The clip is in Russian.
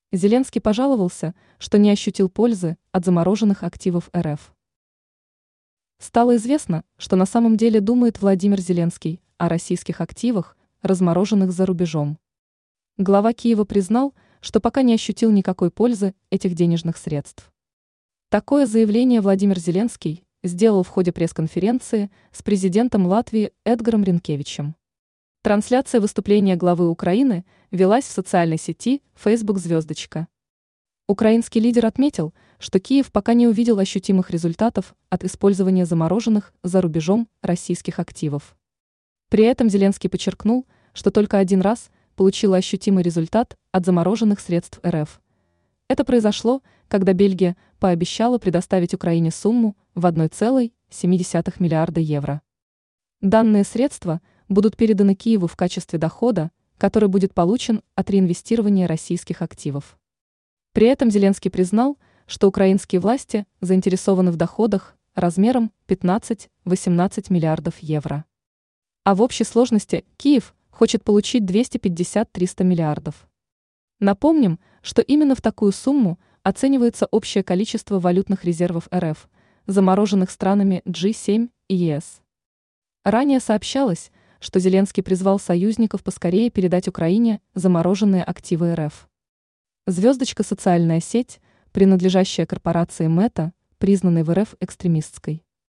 Зеленский пожаловался, что не ощутил пользы от замороженных активов РФ. Стало известно, что на самом деле думает Владимир Зеленский о российских активах, размороженных за рубежом. Глава Киева признал, что пока не ощутил никакой пользы этих денежных средств. Такое заявление Владимир Зеленский сделал в ходе пресс-конференции с президентом Латвии Эдгаром Ринкевичем. Трансляция выступления главы Украины велась в социальной сети Facebook звездочка. Украинский лидер отметил, что Киев пока не увидел ощутимых результатов от использования замороженных за рубежом российских активов. При этом Зеленский подчеркнул, что только один раз получил ощутимый результат от замороженных средств РФ. Это произошло, когда Бельгия пообещала предоставить Украине сумму в 1,7 миллиарда евро. Данные средства будут переданы Киеву в качестве дохода, который будет получен от реинвестирования российских активов. При этом Зеленский признал, что украинские власти заинтересованы в доходах размером 15-18 миллиардов евро. А в общей сложности Киев хочет получить 250-300 миллиардов. Напомним, что именно в такую сумму оценивается общее количество валютных резервов РФ, замороженных странами G7 и ЕС. Ранее сообщалось, что Зеленский призвал союзников поскорее передать Украине замороженные активы РФ. Звездочка — социальная сеть, принадлежащая корпорации Мета, признанной в РФ экстремистской.